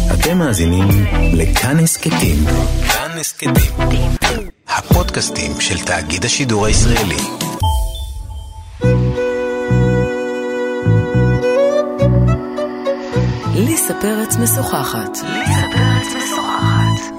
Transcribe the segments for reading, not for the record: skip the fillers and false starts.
אתם מאזינים לכאן הסכתים. כאן הסכתים. הפודקאסטים של תאגיד השידור הישראלי. ליסה פרץ משוחחת. ליסה פרץ משוחחת.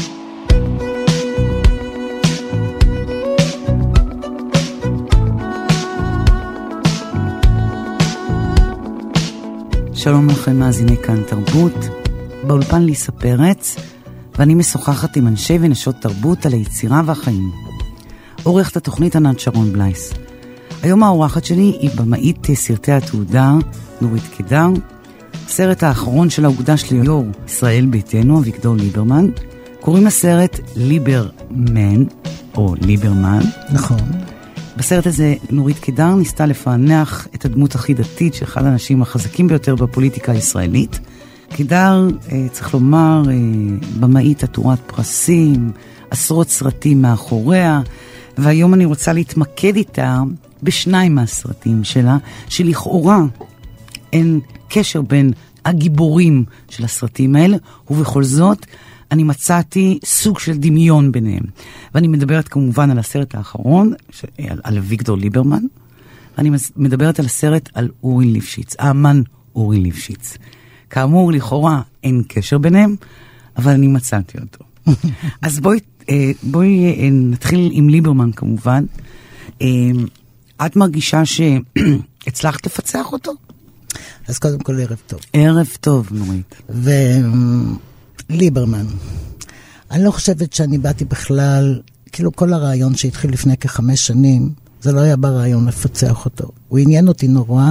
שלום לכם מאזיני כאן תרבות, באולפן ליסה פרץ, ואני משוחחת עם אנשי ונשות תרבות על היצירה והחיים. עורכת התוכנית ענת שרון בלייס. היום האורחת שלי היא במאית סרטי התעודה נורית קידר. הסרט האחרון של הוקדש ליו"ר ישראל ביתנו, אביגדור ליברמן. קוראים לסרט ליברמן, או ליברמן. נכון. בסרט הזה נורית קידר ניסתה לפענח את הדמות הכי דתית של אחד האנשים החזקים ביותר בפוליטיקה הישראלית. קידר, צריך לומר, במאית עטורת פרסים, עשרות סרטים מאחוריה, והיום אני רוצה להתמקד איתה בשניים מהסרטים שלה, שלכאורה אין קשר בין הגיבורים של הסרטים האלה, ובכל זאת אני מצאתי סוג של דמיון ביניהם. ואני מדברת כמובן על הסרט האחרון, על אביגדור ליברמן, ואני מדברת על הסרט על אורי ליפשיץ, האמן אורי ליפשיץ. כאמור, לכאורה אין קשר ביניהם, אבל אני מצאתי אותו. אז בואי נתחיל עם ליברמן כמובן. את מרגישה שהצלחת לפצח אותו? אז קודם כל ערב טוב. ערב טוב, נורית. וליברמן, אני לא חושבת שאני באתי בכלל, כאילו כל הרעיון שהתחיל לפני כ5 שנים, זה לא היה ברעיון לפצח אותו. הוא עניין אותי נורא,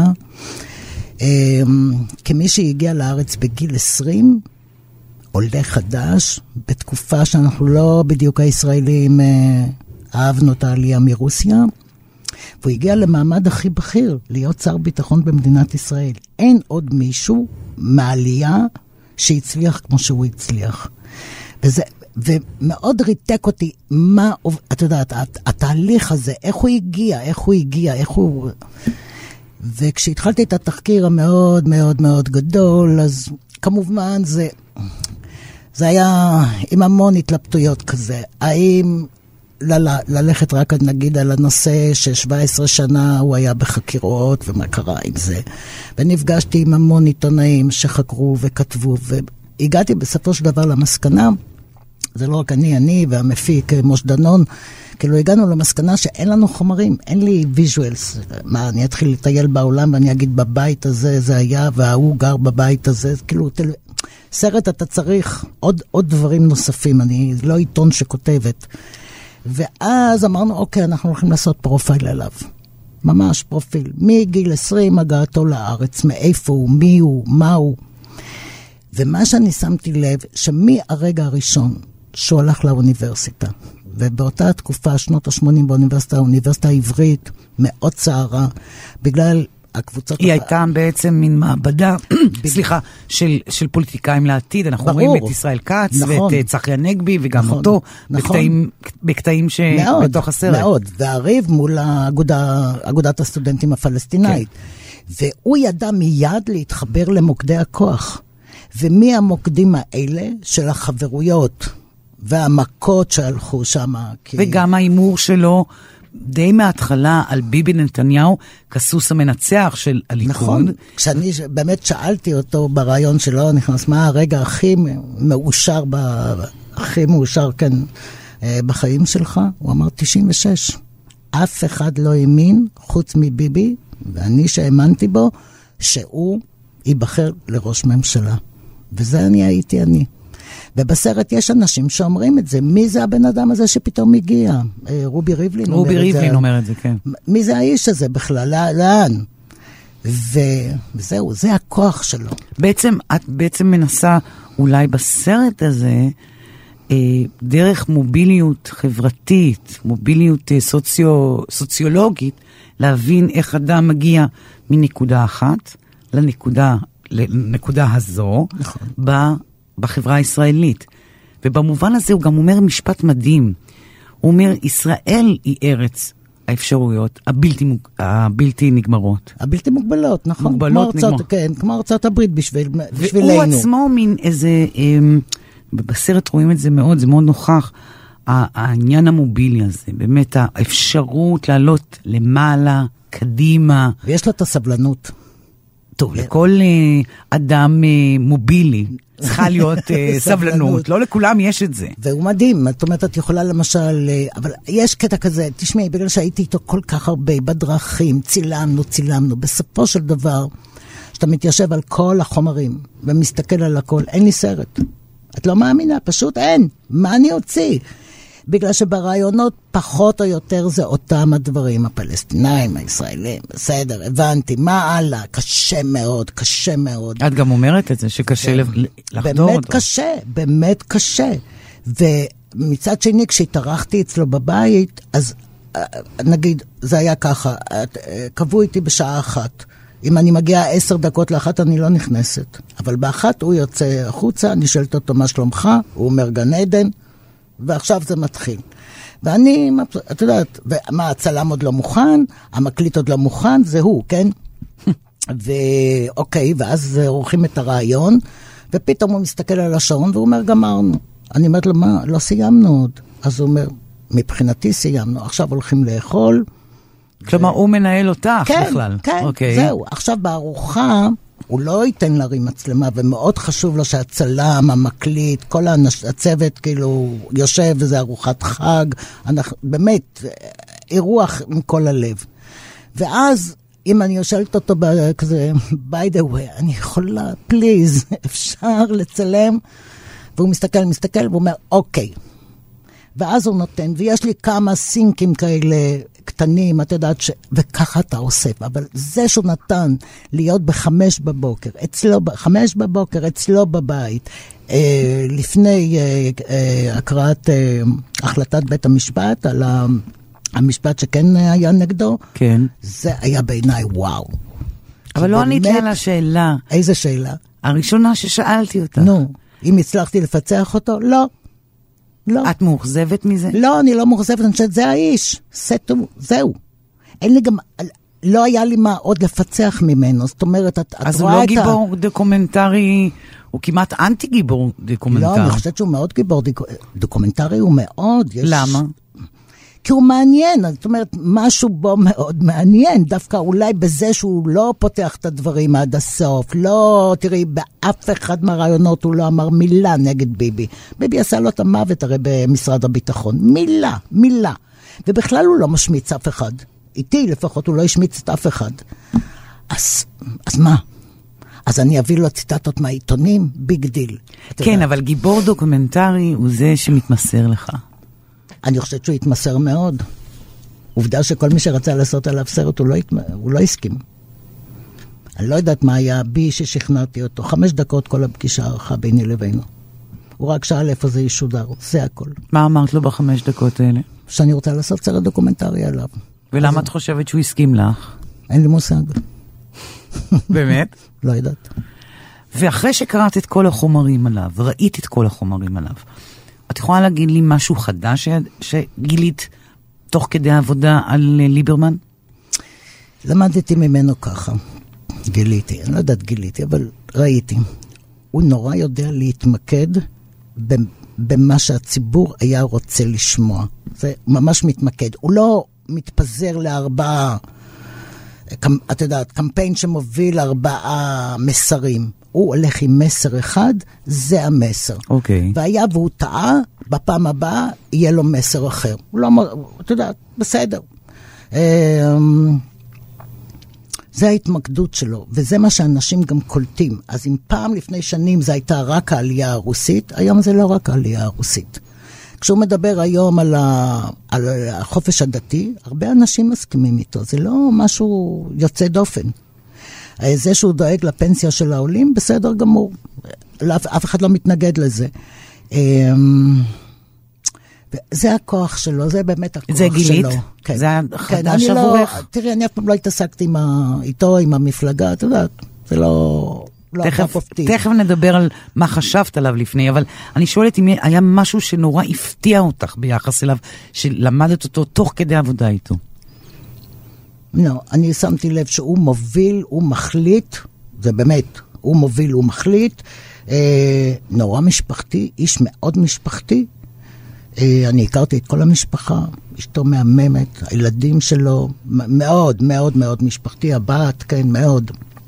כמי שהגיע לארץ בגיל 20, עולה חדש, בתקופה שאנחנו לא בדיוק הישראלים אהבנו את העלייה מרוסיה, והוא הגיע למעמד הכי בכיר, להיות שר ביטחון במדינת ישראל. אין עוד מישהו מעלייה שהצליח כמו שהוא הצליח. ומאוד ריתק אותי, את יודעת, התהליך הזה, איך הוא הגיע, וכשהתחלתי את התחקיר המאוד מאוד מאוד גדול, אז כמובן זה היה עם המון התלבטויות כזה. האם ללכת רק נגיד על הנושא ש17 שנה הוא היה בחקירות ומה קרה עם זה. ונפגשתי עם המון עיתונאים שחקרו וכתבו, והגעתי בסופו של דבר למסקנה, זה לא רק אני והמפיק משה דנון, כאילו הגענו למסקנה שאין לנו חומרים, אין לי ויז'ואלס. מה, אני אתחיל לטייל בעולם ואני אגיד בבית הזה זה היה והוא גר בבית הזה, כאילו סרט אתה צריך עוד דברים נוספים, אני לא עיתון שכותבת. ואז אמרנו, אוקיי, אנחנו הולכים לעשות פרופיל עליו. ממש פרופיל. מגיל 20 הגעתו לארץ, מאיפה הוא, מי הוא, מה הוא. ומה שאני שמתי לב, שמהרגע הראשון שהוא הלך לאוניברסיטה, ובאותה תקופה, שנות ה-80 האוניברסיטה העברית, מאוד צערה, בגלל הקבוצות... היא הייתה בעצם מין מעבדה, סליחה, של פוליטיקאים לעתיד. אנחנו רואים את ישראל כץ ואת צחי הנגבי, וגם אותו, בקטעים שבתוך הסרט. מאוד, והריב מול אגודת הסטודנטים הפלסטינאית. והוא ידע מיד להתחבר למוקדי הכוח. ומהמוקדים האלה של החברויות והמכות שהלכו שם. וגם האימור שלו, די מההתחלה על ביבי נתניהו כסוס המנצח של הליכוד. נכון, כשאני באמת שאלתי אותו ברעיון שלו, נכנס מה הרגע הכי מאושר כאן בחיים שלך, הוא אמר 96. אף אחד לא האמין חוץ מביבי, ואני שהאמנתי בו, שהוא ייבחר לראש ממשלה. וזה הייתי אני. ובסרט יש אנשים שאומרים את זה. מי זה הבן אדם הזה שפתאום הגיע? רובי ריבלין אומר את זה, כן. מי זה האיש הזה בכלל? לאן? וזהו, זה הכוח שלו. את בעצם מנסה אולי בסרט הזה, דרך מוביליות חברתית, מוביליות סוציולוגית, להבין איך אדם מגיע מנקודה אחת לנקודה הזו, נכון. בחברה הישראלית. ובמובן הזה הוא גם אומר משפט מדהים. הוא אומר, ישראל היא ארץ האפשרויות הבלתי נגמרות. הבלתי מוגבלות, נכון? מוגבלות נגמרות. כן, כמו ארצות הברית בשבילנו. והוא עצמו מין איזה, בסרט רואים את זה מאוד, זה מאוד נוכח, העניין המובילי הזה, באמת האפשרות לעלות למעלה, קדימה. ויש לו את הסבלנות. טוב, לכל אדם מובילי צריכה להיות סבלנות. לא לכולם יש את זה. והוא מדהים. זאת אומרת, את יכולה למשל, אבל יש קטע כזה, תשמעי, בגלל שהייתי איתו כל כך הרבה בדרכים, צילמנו. בסופו של דבר, שאתה מתיישב על כל החומרים ומסתכל על הכל, אין לי סרט. את לא מאמינה, פשוט אין. מה אני הוציא? בגלל שברעיונות פחות או יותר זה אותם הדברים, הפלסטינאים, הישראלים, בסדר, הבנתי, מה הלאה? קשה מאוד. את גם אומרת את זה, שקשה לחדור אותו. באמת קשה. ומצד שני, כשהתארחתי אצלו בבית, אז נגיד, זה היה ככה, קבעו איתי בשעה 1. אם אני מגיעה 10 דקות ל1, אני לא נכנסת. אבל ב1 הוא יוצא החוצה, אני שואלת אותו מה שלומך, הוא אומר גן עדן, ועכשיו זה מתחיל. ואני, את יודעת, מה, הצלם עוד לא מוכן, המקליט עוד לא מוכן, זה הוא, כן? ואוקיי, ואז עורכים את הרעיון, ופתאום הוא מסתכל על השעון, והוא אומר, גמרנו. אני אומרת לו, מה, לא סיימנו עוד. אז הוא אומר, מבחינתי סיימנו, עכשיו הולכים לאכול. כלומר, הוא מנהל אותך בכלל. כן, זהו. עכשיו בארוחה, הוא לא ייתן להרים מצלמה, ומאוד חשוב לו שהצלם, המקליט, כל הצוות כאילו יושב, וזה ארוחת חג, באמת, אירוח מכל הלב. ואז, אם אני יושבת אותו כזה, by the way, אני יכולה, פליז, אפשר לצלם, והוא מסתכל, והוא אומר, אוקיי. ואז הוא נותן, ויש לי כמה סינקים כאלה קטנים, את יודעת וככה אתה אוסף, אבל זה שהוא נתן להיות ב5 בבוקר, אצלו בבית, לפני הקראת החלטת בית המשפט, על המשפט שכן היה נגדו, כן. זה היה בעיניי וואו. אבל לא ענית לי על השאלה. איזה שאלה? הראשונה ששאלתי אותה. נו, אם הצלחתי לפצח אותו? לא. לא. את מאוכזבת מזה? לא, אני לא מאוכזבת, אני חושבת, זה האיש. זהו. אין לי גם, לא היה לי מה עוד לפצח ממנו. זאת אומרת, את רואה את ה... אז הוא לא גיבור דוקומנטרי, הוא כמעט אנטי גיבור דוקומנטרי. לא, אני חושבת שהוא מאוד גיבור דוקומנטרי, הוא מאוד. למה? כי הוא מעניין, זאת אומרת, משהו בו מאוד מעניין, דווקא אולי בזה שהוא לא פותח את הדברים עד הסוף, לא, תראי, באף אחד מהרעיונות הוא לא אמר מילה נגד ביבי. ביבי עשה לו את המוות הרי במשרד הביטחון, מילה. ובכלל הוא לא משמיץ אף אחד. איתי לפחות הוא לא השמיץ את אף אחד. אז מה? אז אני אביא לו ציטטות מהעיתונים, ביג דיל. כן, אבל גיבור דוקומנטרי הוא זה שמתמסר לך. אני חושבת שהוא התמסר מאוד. עובדה שכל מי שרצה לעשות עליו סרט, הוא לא הסכים. אני לא יודעת מה היה בי ששכנעתי אותו. 5 דקות כל הפגישה ערכה ביני לבינו. הוא רק שאל איפה זה ישודר, זה הכל. מה אמרת לו ב5 דקות האלה? שאני רוצה לעשות סרט דוקומנטרי עליו. ולמה את חושבת שהוא הסכים לך? אין לי מושג. באמת? לא יודעת. ואחרי שקראת את כל החומרים עליו, וראית את כל החומרים עליו, את יכולה להגיד לי משהו חדש שגילית תוך כדי העבודה על ליברמן? למדתי ממנו ככה. גיליתי, אני לא יודעת גיליתי, אבל ראיתי. הוא נורא יודע להתמקד במה שהציבור היה רוצה לשמוע. זה ממש מתמקד. הוא לא מתפזר ל4, את יודעת, קמפיין שמוביל 4 מסרים. הוא הולך עם מסר אחד, זה המסר. אוקיי. והיה והוא טעה, בפעם הבאה יהיה לו מסר אחר. הוא לא, את יודעת, בסדר. זה ההתמקדות שלו, וזה מה שאנשים גם קולטים. אז אם פעם לפני שנים זה הייתה רק העלייה הרוסית, היום זה לא רק העלייה הרוסית. כשהוא מדבר היום על החופש הדתי, הרבה אנשים מסכימים איתו. זה לא משהו יוצא דופן. זה שהוא דואג לפנסיה של העולים, בסדר גמור. אף אחד לא מתנגד לזה. זה הכוח שלו, זה באמת הכוח שלו. זה גילית? כן. זה חדש עבורך? תראי, אני אף פעם לא התעסקתי איתו, עם המפלגה, אתה יודעת, זה לא תכף נדבר על מה חשבת עליו לפני, אבל אני שואלת אם היה משהו שנורא הפתיע אותך ביחס אליו, שלמדת אותו תוך כדי עבודה איתו. לא, אני שמתי לב שהוא מוביל, הוא מחליט, זה באמת, הוא מוביל, הוא מחליט, נורא משפחתי, איש מאוד משפחתי, אני הכרתי את כל המשפחה, אשתו מהממת, הילדים שלו, מאוד מאוד מאוד משפחתי, הבת, כן, מאוד.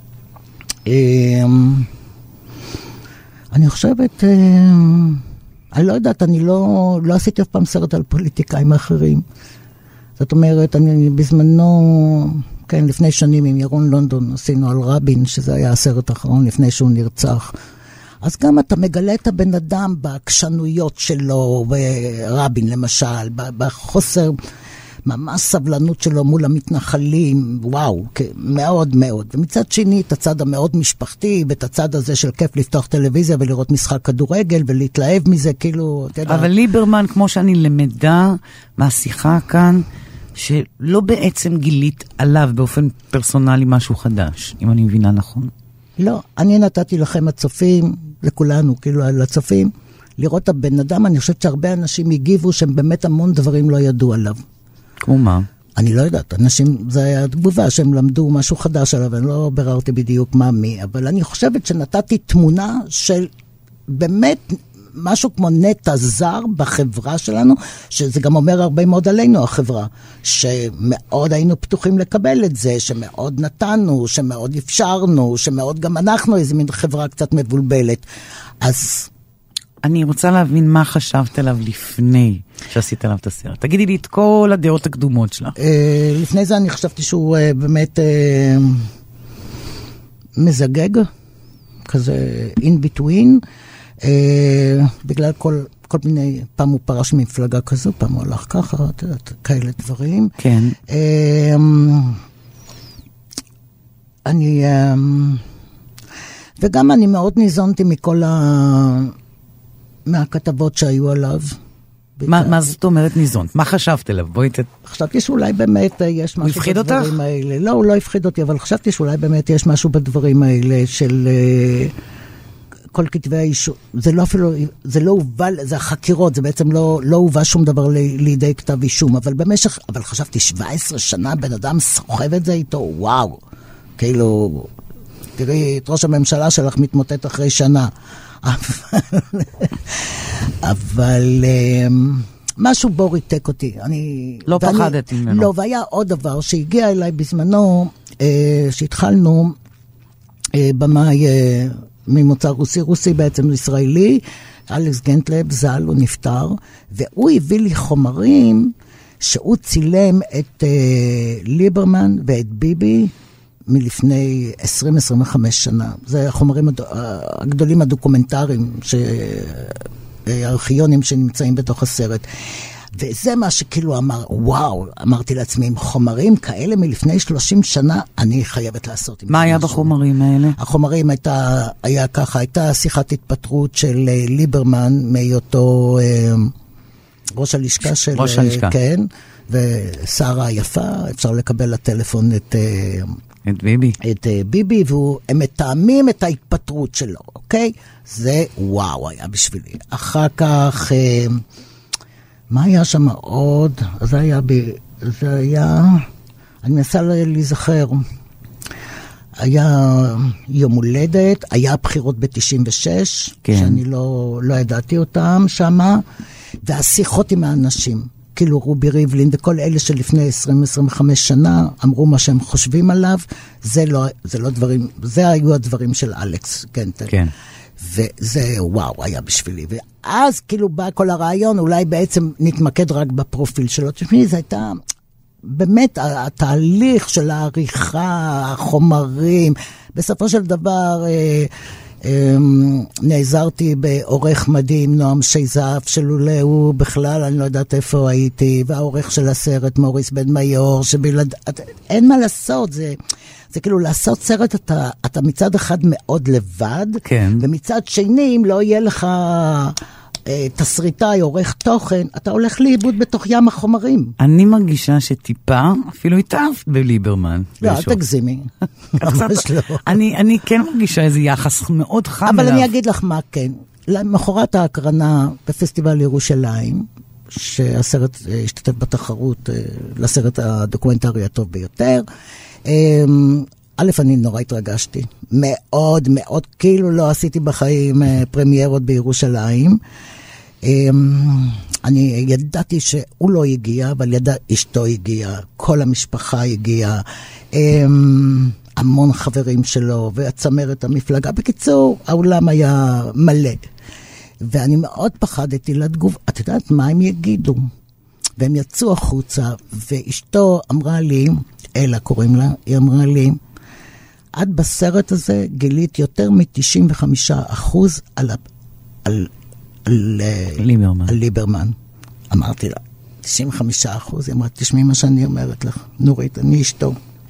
אני חושבת, אני לא יודעת, אני לא עשיתי אף פעם סרט על פוליטיקאים אחרים. זאת אומרת, אני בזמנו, כן, לפני שנים עם ירון לונדון, עשינו על רבין, שזה היה הסרט האחרון לפני שהוא נרצח. אז גם אתה מגלה את הבן אדם בעקשנויות שלו, ורבין למשל, בחוסר ממש סבלנות שלו מול המתנחלים, וואו, מאוד מאוד. ומצד שני, את הצד המאוד משפחתי, ואת הצד הזה של כיף לפתוח טלוויזיה ולראות משחק כדורגל, ולהתלהב מזה, כאילו, אתה יודע. אבל ליברמן, כמו שאני למדה מהשיחה כאן, שלא בעצם גילית עליו באופן פרסונלי משהו חדש, אם אני מבינה נכון. לא, אני נתתי לכם הצופים, לכולנו, כאילו לצופים, לראות את הבן אדם, אני חושבת שהרבה אנשים הגיבו שהם באמת המון דברים לא ידעו עליו. כמו מה? אני לא יודעת, אנשים, זה היה תגובה שהם למדו משהו חדש עליו, אני לא בררתי בדיוק מה מי, אבל אני חושבת שנתתי תמונה של באמת משהו כמו נטע זר בחברה שלנו, שזה גם אומר הרבה מאוד עלינו החברה, שמאוד היינו פתוחים לקבל את זה, שמאוד נתנו, שמאוד אפשרנו, שמאוד גם אנחנו איזו מין חברה קצת מבולבלת. אז אני רוצה להבין מה חשבת עליו לפני שעשית עליו את הסרט. תגידי לי את כל הדעות הקדומות שלה. לפני זה אני חשבתי שהוא באמת מזגג, כזה in between, בגלל כל מיני, פעם הוא פרש ממפלגה כזו, פעם הוא הלך ככה, כאלה דברים. כן. וגם אני מאוד ניזונתי מכל מהכתבות שהיו עליו. מה זאת אומרת ניזונת? מה חשבת עליו? חשבתי שאולי באמת יש משהו בדברים האלה. לא, הוא לא הפחיד אותי, אבל חשבתי שאולי באמת יש משהו בדברים האלה של כל כתבי האישום. זה לא אפילו, זה לא הובא, זה החקירות, זה בעצם לא הובא שום דבר לידי כתב אישום, אבל חשבתי 17 שנה בן אדם סוחב את זה איתו, וואו. כאילו, תראי, את ראש הממשלה שלך מתמוטט אחרי שנה. אבל משהו בו ריתק אותי. לא פחדתי ממנו. לא, והיה עוד דבר שהגיע אליי בזמנו, שהתחלנו במאי ממוצא רוסי בעצם ישראלי, אלכס גנטלב ז"ל, הוא נפטר, והוא הביא לי חומרים שהוא צילם את ליברמן ואת ביבי, מלפני 20-25 שנה. זה החומרים הגדולים הדוקומנטריים, הארכיונים שנמצאים בתוך הסרט. וזה מה שכאילו אמר, וואו, אמרתי לעצמי, עם חומרים כאלה מלפני 30 שנה, אני חייבת לעשות. מה היה בחומרים האלה? החומרים היה ככה, הייתה שיחת התפטרות של ליברמן, מאותו ראש הלשכה של... ראש הלשכה. כן, ושרה היפה, אפשר לקבל לטלפון את ביבי. את ביבי, והם מתאמים את ההתפטרות שלו, אוקיי? זה וואו היה בשבילי. אחר כך, מה היה שם עוד? זה היה, אני מנסה להיזכר, היה יום הולדת, היה בחירות ב-96, כן. שאני לא ידעתי אותם שמה, והשיחות עם האנשים. כאילו רובי ריבלין וכל אלה שלפני 20-25 שנה אמרו מה שהם חושבים עליו, זה לא דברים, זה היו הדברים של אלכס גנטל. כן. וזה וואו היה בשבילי. ואז כאילו בא כל הרעיון, אולי בעצם נתמקד רק בפרופיל שלו. תשמעי, זה הייתה באמת התהליך של העריכה, החומרים, בסופו של דבר נעזרתי בעורך מדהים, נועם שייזף, שלולא הוא בכלל, אני לא יודעת איפה הייתי, והעורך של הסרט, מוריס בן מיור, אין מה לעשות, זה כאילו לעשות סרט, אתה מצד אחד מאוד לבד, כן. ומצד שני, אם לא יהיה לך תסריטאי, עורך תוכן, אתה הולך לאיבוד בתוך ים החומרים. אני מרגישה שטיפה, אפילו התאהבת בליברמן. לא, אל תגזימי. ממש לא. אני כן מרגישה איזה יחס מאוד חם אליו. אבל אני אגיד לך מה כן. למחרת ההקרנה בפסטיבל ירושלים, שהסרט השתתף בתחרות לסרט הדוקומנטרי הטוב ביותר. א', אני נורא התרגשתי, מאוד מאוד, כאילו לא עשיתי בחיים פרמיירות בירושלים. אני ידעתי שהוא לא הגיע, אבל אשתו הגיעה, כל המשפחה הגיעה, המון חברים שלו, והצמרת המפלגה. בקיצור, האולם היה מלא. ואני מאוד פחדתי לתגוב, את יודעת מה הם יגידו? והם יצאו החוצה, ואשתו אמרה לי, אלה קוראים לה, היא אמרה לי, את בסרט הזה גילית יותר מ-95% על ליברמן. אמרתי לה, 95%, היא אמרה, תשמעי מה שאני אומרת לך, נורית, אני אשתו.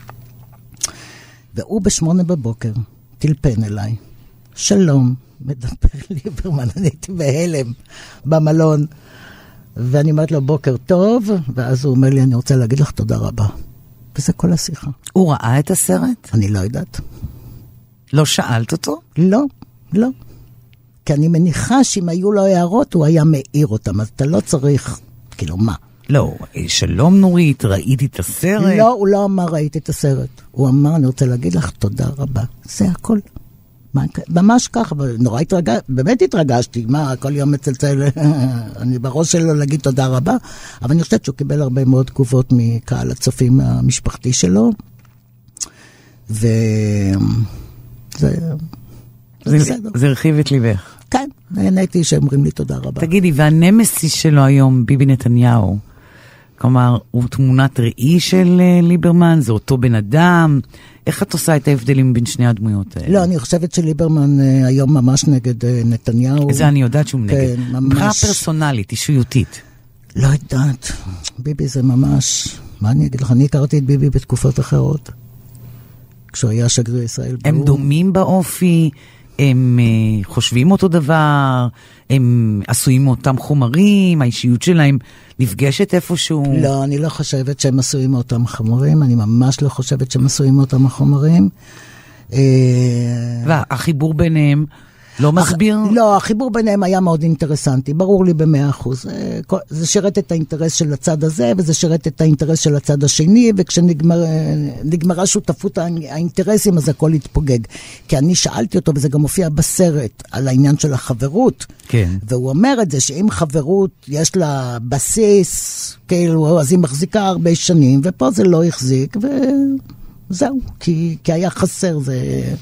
והוא ב8 בבוקר, טלפן אליי, שלום, מדבר ליברמן, אני הייתי בהלם במלון, ואני אומרת לו, בוקר טוב, ואז הוא אומר לי, אני רוצה להגיד לך תודה רבה. וזה כל השיחה. הוא ראה את הסרט? אני לא יודעת. לא שאלת אותו? לא, לא. כי אני מניחה שאם היו לו הערות, הוא היה מעיר אותם, אז אתה לא צריך, כאילו, מה? לא, שלום נורית, ראיתי את הסרט? לא, הוא לא אמר ראיתי את הסרט. הוא אמר, אני רוצה להגיד לך תודה רבה. זה הכל. ממש ככה, נורא באמת התרגשתי, מה, כל יום מצלצל, אני בראש שלו להגיד תודה רבה, אבל אני חושבת שהוא קיבל הרבה מאוד תגובות מקהל הצופים המשפחתי שלו, וזה בסדר. זה הרחיב את ליבך. כן, נהניתי שאומרים לי תודה רבה. תגידי, והנמסיס שלו היום, ביבי נתניהו, כלומר, הוא תמונת ראי של ליברמן, זה אותו בן אדם, איך את עושה את ההבדלים בין שני הדמויות האלה? לא, אני חושבת שליברמן היום ממש נגד נתניהו. זה אני יודעת שהוא נגד. כן, ממש. מבחינה פרסונלית, אישיותית. לא יודעת, ביבי זה ממש, מה אני אגיד לך, אני הכרתי את ביבי בתקופות אחרות, כשהוא היה שגריר ישראל. הם דומים באופי, הם חושבים אותו דבר, הם עשויים מאותם חומרים, האישיות שלהם נפגשת איפשהו. לא, אני לא חושבת שהם עשויים מאותם חומרים, אני ממש לא חושבת שהם עשויים מאותם חומרים. והחיבור ביניהם לא מסביר? לא, החיבור ביניהם היה מאוד אינטרסנטי, ברור לי ב100%. זה שירת את האינטרס של הצד הזה, וזה שירת את האינטרס של הצד השני, וכשנגמרה שותפות האינטרסים, אז הכל התפוגג. כי אני שאלתי אותו, וזה גם מופיע בסרט, על העניין של החברות. כן. והוא אומר את זה, שאם חברות יש לה בסיס, כאילו, אז היא מחזיקה הרבה שנים, ופה זה לא החזיק, וזהו, כי היה חסר, זה...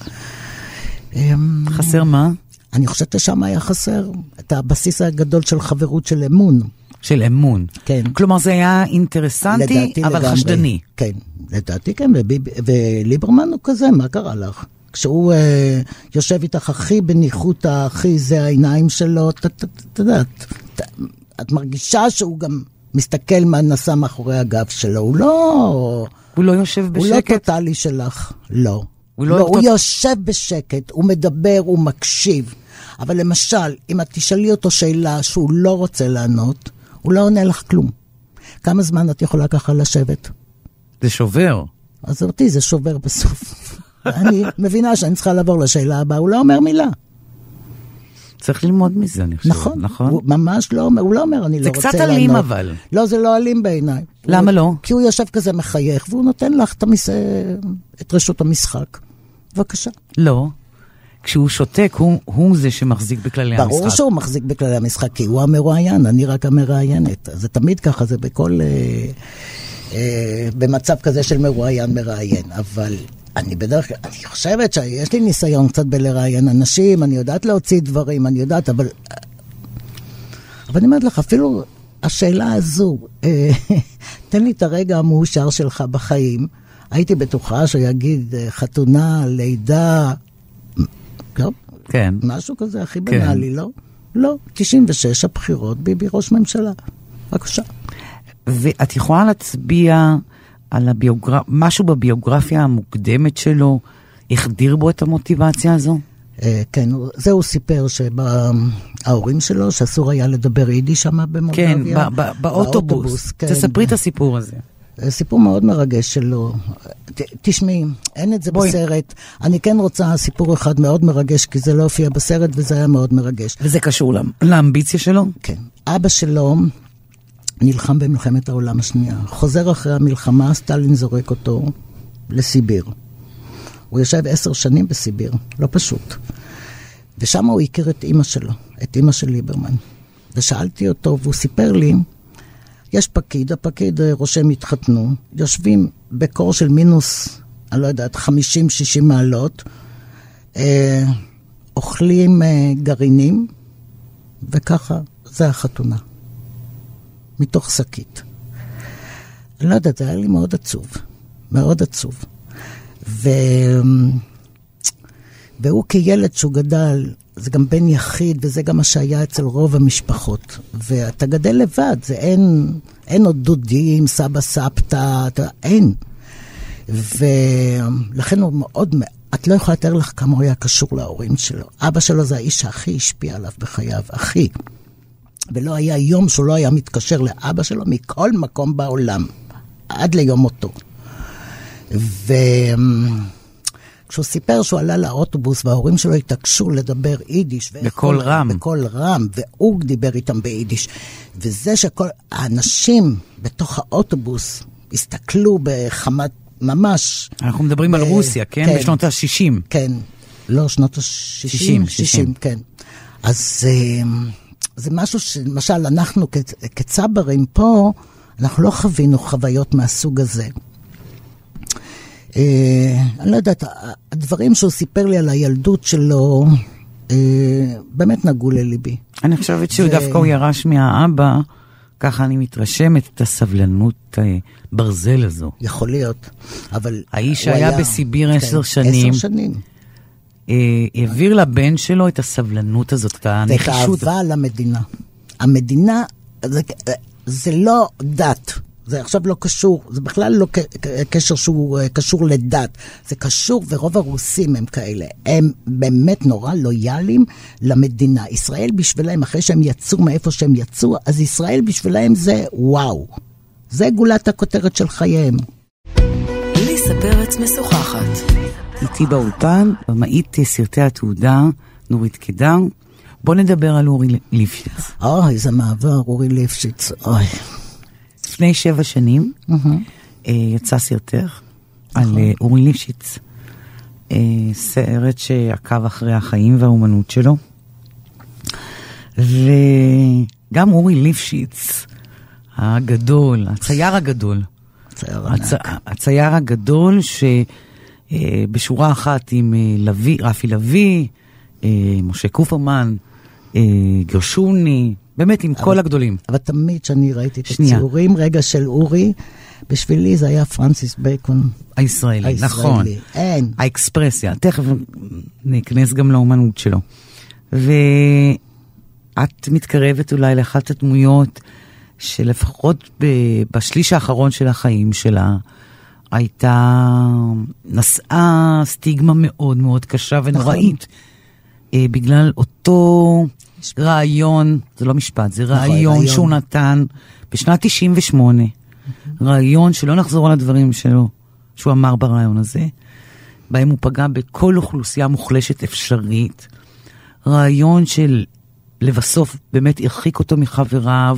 חסר מה? אני חושבת ששם היה חסר את הבסיס הגדול של חברות של אמון. של אמון. כן. כלומר זה היה אינטרסנטי, אבל לגמרי. חשדני. כן, לדעתי כן, וליברמן הוא כזה, מה קרה לך? כשהוא יושב איתך הכי בניחות, הכי זה העיניים שלו, את יודעת, את מרגישה שהוא גם מסתכל מה נסע מאחורי הגב שלו, הוא לא יושב בשקט? הוא לא טוטלי שלך, לא. הוא יושב בשקט, הוא מדבר, הוא מקשיב. אבל למשל, אם את תשאלי אותו שאלה שהוא לא רוצה לענות, הוא לא עונה לך כלום. כמה זמן את יכולה ככה לשבת? זה שובר. אז אותי זה שובר בסוף. אני מבינה שאני צריכה לעבור לשאלה הבאה, הוא לא אומר מילה. צריך ללמוד מזה, אני חושב. נכון. הוא ממש לא אומר, הוא לא אומר, אני לא רוצה לענות. זה קצת אלים אבל. לא, זה לא אלים בעיניי. למה לא? כי הוא יושב כזה מחייך, והוא נותן לך את רשות המשחק. בבקשה. לא. כשהוא שותק, הוא זה שמחזיק בכללי המשחק. ברור שהוא מחזיק בכללי המשחק, כי הוא המרואיין, אני רק המראיינת. זה תמיד ככה, זה בכל... במצב כזה של מראיין, אבל... אני חושבת שיש לי ניסיון קצת בלראיין אנשים, אני יודעת להוציא דברים, אני יודעת, אבל אני אומרת לך, אפילו השאלה הזו, תן לי את הרגע המאושר שלך בחיים, הייתי בטוחה שיגיד חתונה, לידה, כן. משהו כזה, הכי בנאלי, לא? לא, 96 הבחירות, ביבי ראש ממשלה. בבקשה. ואת יכולה להצביע... על משהו בביוגרפיה המוקדמת שלו, החדיר בו את המוטיבציה הזו? כן, זהו סיפר שההורים שלו, שאסור היה לדבר יידיש שם במולדביה. כן, באוטובוס. תספרי את הסיפור הזה. סיפור מאוד מרגש שלו. תשמעי, אין את זה בסרט. אני כן רוצה סיפור אחד מאוד מרגש, כי זה לא הופיע בסרט, וזה היה מאוד מרגש. וזה קשור לאמביציה שלו? כן. אבא שלו... נלחם במלחמת העולם השנייה. חוזר אחרי המלחמה, סטלין זורק אותו לסיביר. הוא יושב 10 שנים בסיביר, לא פשוט. ושם הוא הכיר את אמא שלו, את אמא של ליברמן. ושאלתי אותו, והוא סיפר לי, יש פקיד, הפקיד ראשם התחתנו, יושבים בקור של מינוס, אני לא יודעת, 50-60 מעלות, אוכלים גרעינים, וככה זה החתונה. מתוך שקית. אני לא יודעת, זה היה לי מאוד עצוב. מאוד עצוב. והוא כילד שהוא גדל, זה גם בן יחיד, וזה גם מה שהיה אצל רוב המשפחות. ואתה גדל לבד, זה אין עוד דודים, סבא, סבתא, אין. ולכן הוא מאוד, את לא יכולה לתאר לך כמה הוא היה קשור להורים שלו. אבא שלו זה האיש שהכי השפיע עליו בחייו, הכי. ולא היה יום שהוא לא היה מתקשר לאבא שלו מכל מקום בעולם, עד ליום מותו. כשהוא סיפר שהוא עלה לאוטובוס וההורים שלו התעקשו לדבר יידיש. בכל רם. בכל רם, והוא דיבר איתם ביידיש. וזה שכל האנשים בתוך האוטובוס הסתכלו בחמת ממש. אנחנו מדברים על רוסיה, כן? כן. בשנות ה-60. כן. לא, שנות ה-60. 60, כן. אז זה משהו שלמשל אנחנו כצברים פה, אנחנו לא חווינו חוויות מהסוג הזה. אני לא יודעת, הדברים שהוא סיפר לי על הילדות שלו, באמת נגעו לליבי. אני חושבת שהוא דווקא הוא ירש מהאבא, ככה אני מתרשמת את הסבלנות ברזל הזו. יכול להיות, אבל האיש היה בסיביר 10 שנים. 10 שנים. העביר לבן שלו את הסבלנות הזאת, את הנחישות. ואת האהבה למדינה. המדינה, זה לא דת. זה עכשיו לא קשור, זה בכלל לא קשר שהוא קשור לדת. זה קשור, ורוב הרוסים הם כאלה. הם באמת נורא לויאליים למדינה. ישראל בשבילהם, אחרי שהם יצאו מאיפה שהם יצאו, אז ישראל בשבילהם זה וואו. זה גולת הכותרת של חייהם. ליסה פרץ משוחחת. איתי באולפן, במאית סרטי התעודה, נורית קדר. בוא נדבר על אורי ליפשיץ. אוי, זה מעבר, אורי ליפשיץ. אוי. לפני 7 שנים יצא סרטך על אורי ליפשיץ, סרט שעקב אחרי החיים והאומנות שלו, וגם אורי ליפשיץ הגדול, הצייר הגדול, הצייר הגדול שבשורה אחת עם רפי לוי, משה קופרמן, גרשוני, באמת עם כל הגדולים. אבל תמיד שאני ראיתי את הציורים, רגע של אורי, בשבילי זה היה פרנסיס בייקון. הישראלי, נכון. אין. האקספרסיה, תכף נכנס גם לאומנות שלו. ואת מתקרבת אולי לאחת הדמויות שלפחות בשליש האחרון של החיים שלה, נשאה סטיגמה מאוד מאוד קשה ונוראית. בגלל אותו רעיון, זה לא משפט, זה רעיון שהוא נתן בשנת 98, רעיון שלא נחזור על הדברים שלו, שהוא אמר ברעיון הזה, בהם הוא פגע בכל אוכלוסייה מוחלשת אפשרית, רעיון של לבסוף באמת הרחיק אותו מחבריו,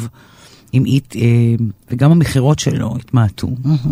וגם המחירות שלו התמעטו,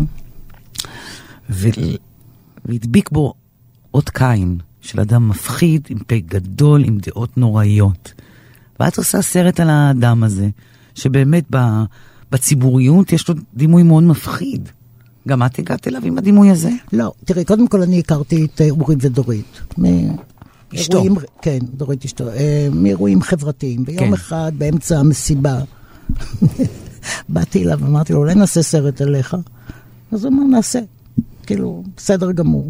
והדביק בו עוד קין, של אדם מפחיד, עם פה גדול, עם דעות נוראיות. ואת עושה סרט על האדם הזה, שבאמת בציבוריות יש לו דימוי מאוד מפחיד. גם את הגעת אליו עם הדימוי הזה? לא, תראי, קודם כל אני הכרתי את אורי ודורית. אשתו. כן, דורית אשתו. מאירועים חברתיים. ביום אחד, באמצע המסיבה, באתי אליו ואמרתי לו, אולי נעשה סרט עליך. אז הוא אמר, נעשה. כאילו, בסדר גמור.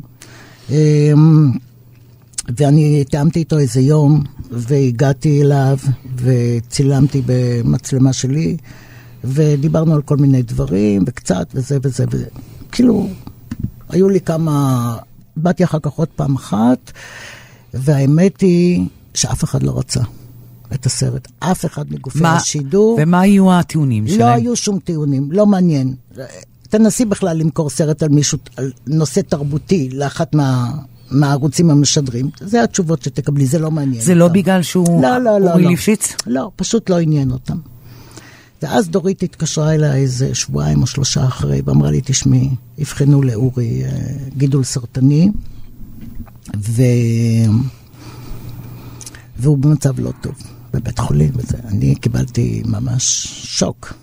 ואני תאמתי איתו איזה יום, והגעתי אליו, וצילמתי במצלמה שלי, ודיברנו על כל מיני דברים, וקצת, וזה וזה וזה. כאילו, היו לי כמה, באתי אחר כך עוד פעם אחת, והאמת היא שאף אחד לא רצה את הסרט. אף אחד מגופי השידור. ומה היו הטיעונים שלהם? לא היו שום טיעונים, לא מעניין. תנסי בכלל למכור סרט על מישהו, על נושא תרבותי, לאחת מהערוצים המשדרים. זה התשובות שתקבלי, זה לא מעניין. זה לא בגלל שהוא אורי ליפשיץ? לא, פשוט לא עניין אותם. ואז דורית התקשרה אליי איזה שבועיים או 3 אחרי, ואמרה לי, תשמעי, הבחנו לאורי גידול סרטני, והוא במצב לא טוב, בבית חולים, וזה. אני קיבלתי ממש שוק.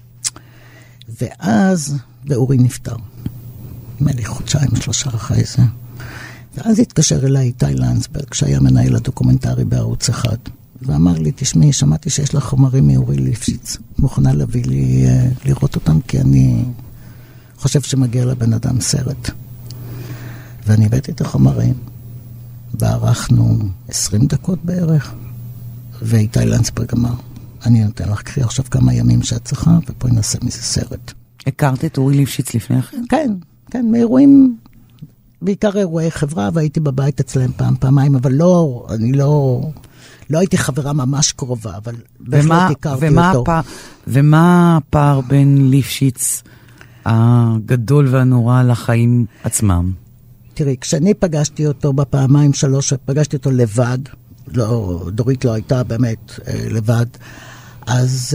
ואורי נפטר. נדמה לי 2-3 אחרי זה. ואז התקשר אליי איתי לנסברג, שהיה מנהל הדוקומנטרי בערוץ 1, ואמר לי, תשמעי, שמעתי שיש לך חומרים מאורי ליפשיץ. מוכנה להביא לי לראות אותם, כי אני חושב שמגיע לבן אדם סרט. ואני הבאתי את החומרים, וערכנו 20 דקות בערך, ואיתי לנסברג אמר, אני נותן לך קחי עכשיו כמה ימים שאת צריכה, ופה נעשה מזה סרט. הכרת את אורי ליפשיץ לפני כן? כן, כן, מאירועים, בעיקר אירועי חברה, והייתי בבית אצלם פעמיים, אבל אני לא הייתי חברה ממש קרובה, אבל בהחלט הכרתי אותו. ומה הפער בין ליפשיץ הגדול והנורא לחיים עצמם? תראי, כשאני פגשתי אותו בפעמיים 3, פגשתי אותו לבד, דורית לא הייתה באמת לבד, אז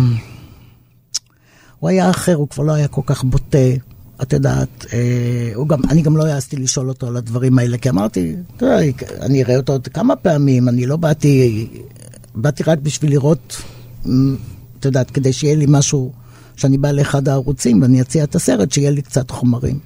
הוא היה אחר, הוא כבר לא היה כל כך בוטה, את יודעת, אני גם לא העזתי לשאול אותו על הדברים האלה, כי אמרתי, תראי, אני אראה אותו עוד כמה פעמים, אני לא באתי רק בשביל לראות, את יודעת, כדי שיהיה לי משהו, שאני בא לאחד הערוצים, ואני אציע את הסרט, שיהיה לי קצת חומרים.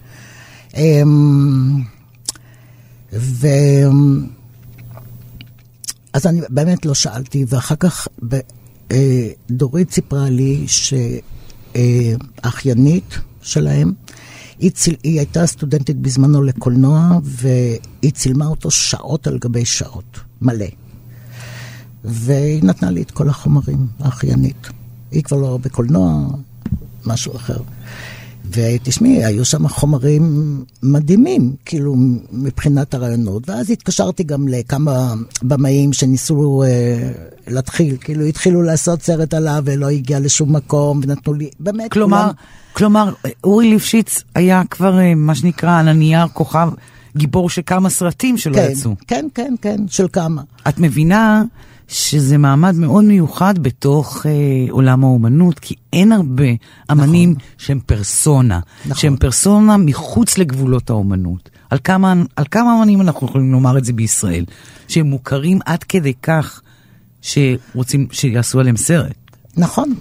אז אני באמת לא שאלתי, ואחר כך דורית סיפרה לי שהאחיינית שלהם, היא הייתה סטודנטית בזמנו לקולנוע, והיא צילמה אותו שעות על גבי שעות, מלא. והיא נתנה לי את כל החומרים, האחיינית. היא כבר לא בקולנוע, משהו אחר. ותשמעי, היו שם חומרים מדהימים, כאילו, מבחינת הרעיונות. ואז התקשרתי גם לכמה במאים שניסו להתחיל, כאילו, התחילו לעשות סרט עליו ולא הגיע לשום מקום, ונתנו לי, באמת, כלומר, אורי ליפשיץ היה כבר, מה שנקרא, על הנייר כוכב, גיבור שכמה סרטים שלא יצאו. כן, כן, כן, של כמה. את מבינה שזה מעמד מאוד מיוחד בתוך עולם האומנות, כי אין הרבה אמנים נכון. שהם פרסונה, נכון. שהם פרסונה מחוץ לגבולות האומנות. על כמה אמנים אנחנו יכולים לומר את זה בישראל? שהם מוכרים עד כדי כך שרוצים שיעשו עליהם סרט. נכון.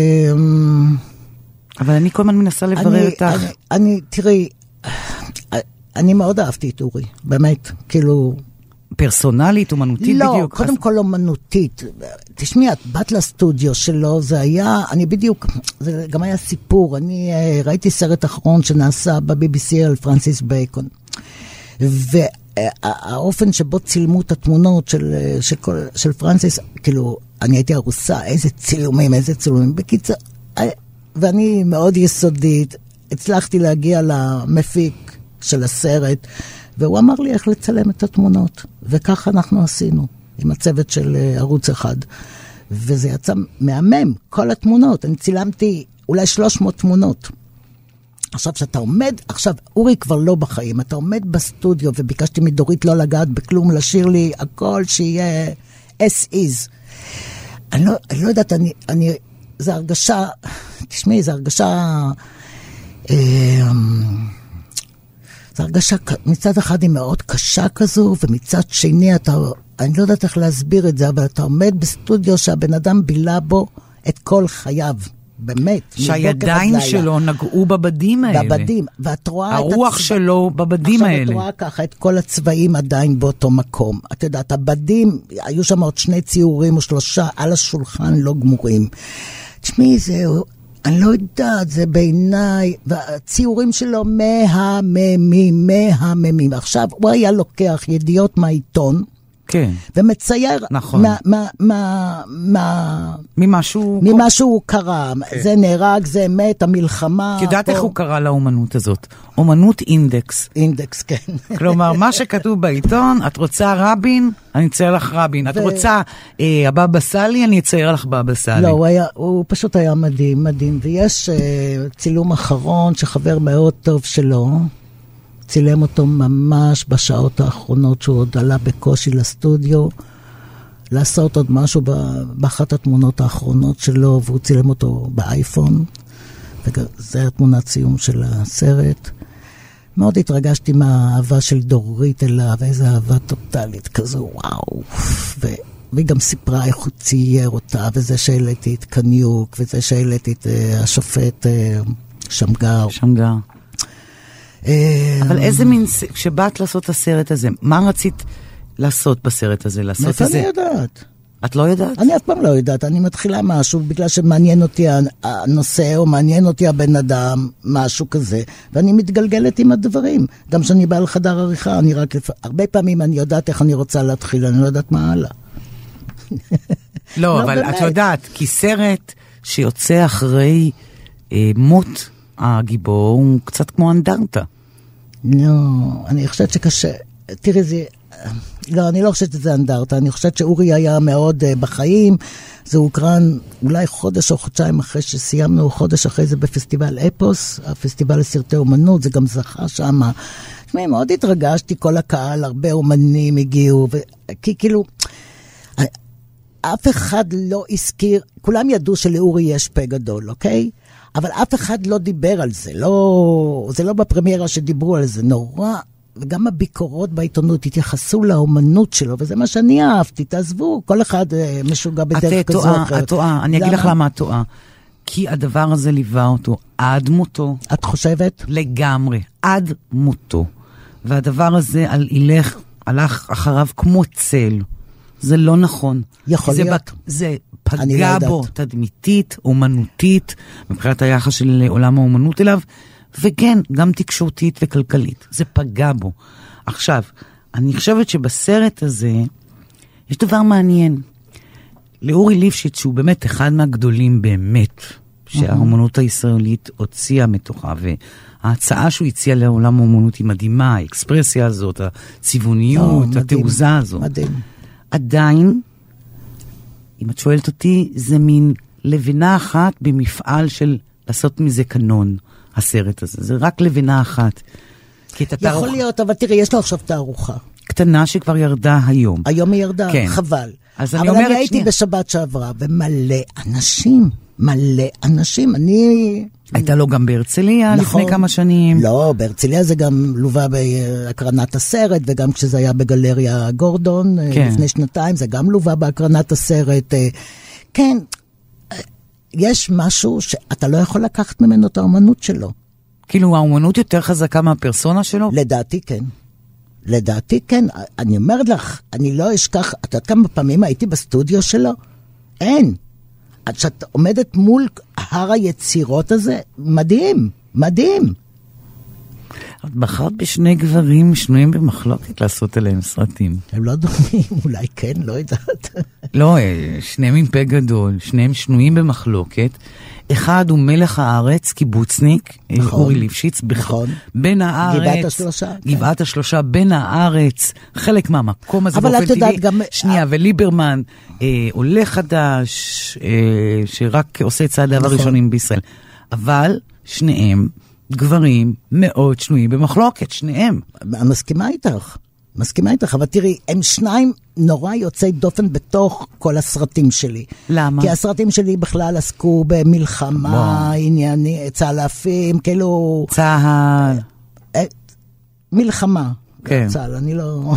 אבל אני כל הזמן מנסה לברר אותך. תראי, אני מאוד אהבתי את אורי, באמת, כאילו... פרסונלית, אומנותית לא, בדיוק? לא, קודם כל אומנותית. תשמעי, את באת לסטודיו שלו, זה היה, אני בדיוק, זה גם היה סיפור, אני ראיתי סרט אחרון שנעשה ב-BBC על פרנסיס בייקון, והאופן שבו צילמו את התמונות של פרנסיס, כאילו, אני הייתי הרוסה, איזה צילומים, בקיצור, ואני מאוד יסודית, הצלחתי להגיע למפיק של הסרט, והוא אמר לי איך לצלם את התמונות, וכך אנחנו עשינו, עם הצוות של ערוץ 1, וזה יצא מהמם, כל התמונות, אני צילמתי אולי 300 תמונות. עכשיו שאתה עומד, אורי כבר לא בחיים, אתה עומד בסטודיו, וביקשתי מדורית לא לגעת בכלום, לשיר לי הכל שיהיה as is. אני לא יודעת, זה הרגשה, תשמעי, זה הרגשה... זו הרגשה מצד אחד היא מאוד קשה כזו, ומצד שני אני לא יודעת איך להסביר את זה, אבל אתה עומד בסטודיו שהבן אדם בילה בו את כל חייו, באמת. שהידיים שלו נגעו בבדים האלה. בבדים, ואת רואה הרוח שלו בבדים האלה. עכשיו את רואה ככה את כל הצבעים עדיין באותו מקום. את יודעת, הבדים, היו שם עוד 2 ציורים או 3 על השולחן לא גמורים. תשמעי, זהו... אני לא יודעת, זה בעיניי, והציורים שלו מהממים. עכשיו, הוא היה לוקח ידיעות מהעיתון, כן. ומצייר נכון. ממה שהוא קרא. כן. זה נהרג, זה מת, המלחמה. יודעת איך הוא קרא לאומנות הזאת? אומנות אינדקס. אינדקס, כן. כלומר, מה שכתוב בעיתון, את רוצה רבין, אני אצייר לך רבין. את רוצה הבבא סאלי, אני אצייר לך בבא סאלי. לא, הוא פשוט היה מדהים, מדהים. ויש צילום אחרון שחבר מאוד טוב שלו, צילם אותו ממש בשעות האחרונות שהוא עוד עלה בקושי לסטודיו. לעשות עוד משהו באחת התמונות האחרונות שלו, והוא צילם אותו באייפון, וזה התמונת סיום של הסרט. מאוד התרגשתי מהאהבה של דורית אליו, איזו אהבה טוטלית כזו, וואו. והיא גם סיפרה איך הוא צייר אותה, וזה שהעליתי את קניוק, וזה שהעליתי את השופט שמגר. שמגר. אבל איזה מין, כשבאת לעשות את הסרט הזה, מה רצית לעשות בסרט הזה? מאיפה אני יודעת? את לא יודעת? אני אף פעם לא יודעת, אני מתחילה משהו בגלל שמעניין אותי הנושא, או מעניין אותי הבן אדם, משהו כזה, ואני מתגלגלת עם הדברים. גם כשאני באה לחדר עריכה, אני רק הרבה פעמים אני יודעת איך אני רוצה להתחיל, אני לא יודעת מה הלאה. לא, אבל את יודעת, כי סרט שיוצא אחרי מות הגיבור, הוא קצת כמו אנדרטה. לא, אני חושבת שקשה. תראי, לא, אני לא חושבת שזה אנדרטה, אני חושבת שאורי היה מאוד בחיים, זה הוקרן אולי חודש או חודשיים אחרי שסיימנו, חודש אחרי זה בפסטיבל אפוס, הפסטיבל לסרטי אומנות, זה גם זכה שם. תשמעי, מאוד התרגשתי, כל הקהל, הרבה אומנים הגיעו, כי כאילו, אף אחד לא הזכיר, כולם ידעו שלאורי יש פה גדול, אוקיי? אבל אף אחד לא דיבר על זה, זה לא בפרמיירה שדיברו על זה, נורא, וגם הביקורות בעיתונות התייחסו לאומנות שלו, וזה מה שאני אהבתי, תעזבו, כל אחד משוגע בדרך כזו או אחרת. את טועה, אני אגיד לך למה את טועה. כי הדבר הזה ליווה אותו עד מותו. את חושבת? לגמרי, עד מותו. והדבר הזה הלך אחריו כמו צל. זה לא נכון. יכול להיות. זה פגע בו תדמיתית, אומנותית, מבחינת היחס של עולם האומנות אליו, וכן, גם תקשורתית וכלכלית. זה פגע בו. עכשיו, אני חושבת שבסרט הזה, יש דבר מעניין. לאורי ליפשיץ, שהוא באמת אחד מהגדולים באמת, שהאומנות הישראלית הוציאה מתוכה, וההצעה שהוא הציע לעולם האומנות היא מדהימה, האקספרסיה הזאת, הצבעוניות, התעוזה הזאת. מדהים. עדיין, אם את שואלת אותי, זה מין לבינה אחת במפעל של לעשות מזה קנון, הסרט הזה. זה רק לבינה אחת. יכול להיות, אבל תראי, יש לו עכשיו תערוכה. קטנה שכבר ירדה היום. היום היא ירדה, כן. חבל. אבל אני הייתי בשבת שעברה, ומלא אנשים, הייתה לו גם בהרצליה לפני כמה שנים. לא, בהרצליה זה גם לווה בהקרנת הסרט, וגם כשזה היה בגלריה גורדון, לפני שנתיים, זה גם לווה בהקרנת הסרט. כן, יש משהו שאתה לא יכול לקחת ממנו את האומנות שלו. כאילו האומנות יותר חזקה מהפרסונה שלו? לדעתי כן. אני אומרת לך, אני לא אשכח, את יודעת כמה פעמים הייתי בסטודיו שלו? אין. עד שאת עומדת מול הר היצירות הזה, מדהים. את בחרת בשני גברים שנויים במחלוקת לעשות עליהם סרטים. הם לא דומים, אולי כן, לא יודעת. לא, שניהם עם פה גדול, שניהם שנויים במחלוקת. אחד הוא מלך הארץ, קיבוצניק, אורי ליפשיץ, בין הארץ, גבעת השלושה, בין הארץ, חלק מהמקום הזה באופן טבעי. שנייה, וליברמן, עולה חדש, שרק עושה צעדיו הראשונים בישראל. אבל שניהם גברים מאוד שנויים במחלוקת, שניהם. מסכימה איתך, אבל תראי, הם שניים נורא יוצאי דופן בתוך כל הסרטים שלי. למה? כי הסרטים שלי בכלל עסקו במלחמה, ענייני, צהלפים, כאילו... צהל. מלחמה. כן. צהל, אני לא...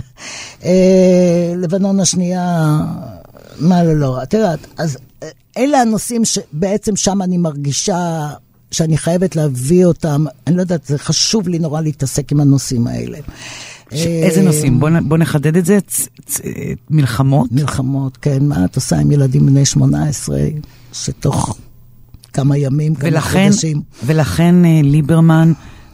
לבנון השנייה, מה לא. את יודעת, אז אלה הנושאים שבעצם שם אני מרגישה שאני חייבת להביא אותם. אני לא יודעת, זה חשוב לי נורא להתעסק עם הנושאים האלה. איזה נושאים? בוא נחדד את זה. מלחמות? מלחמות, כן. מה את עושה עם ילדים בני 18, שתוך כמה ימים, כמה חודשים. ולכן ליברמן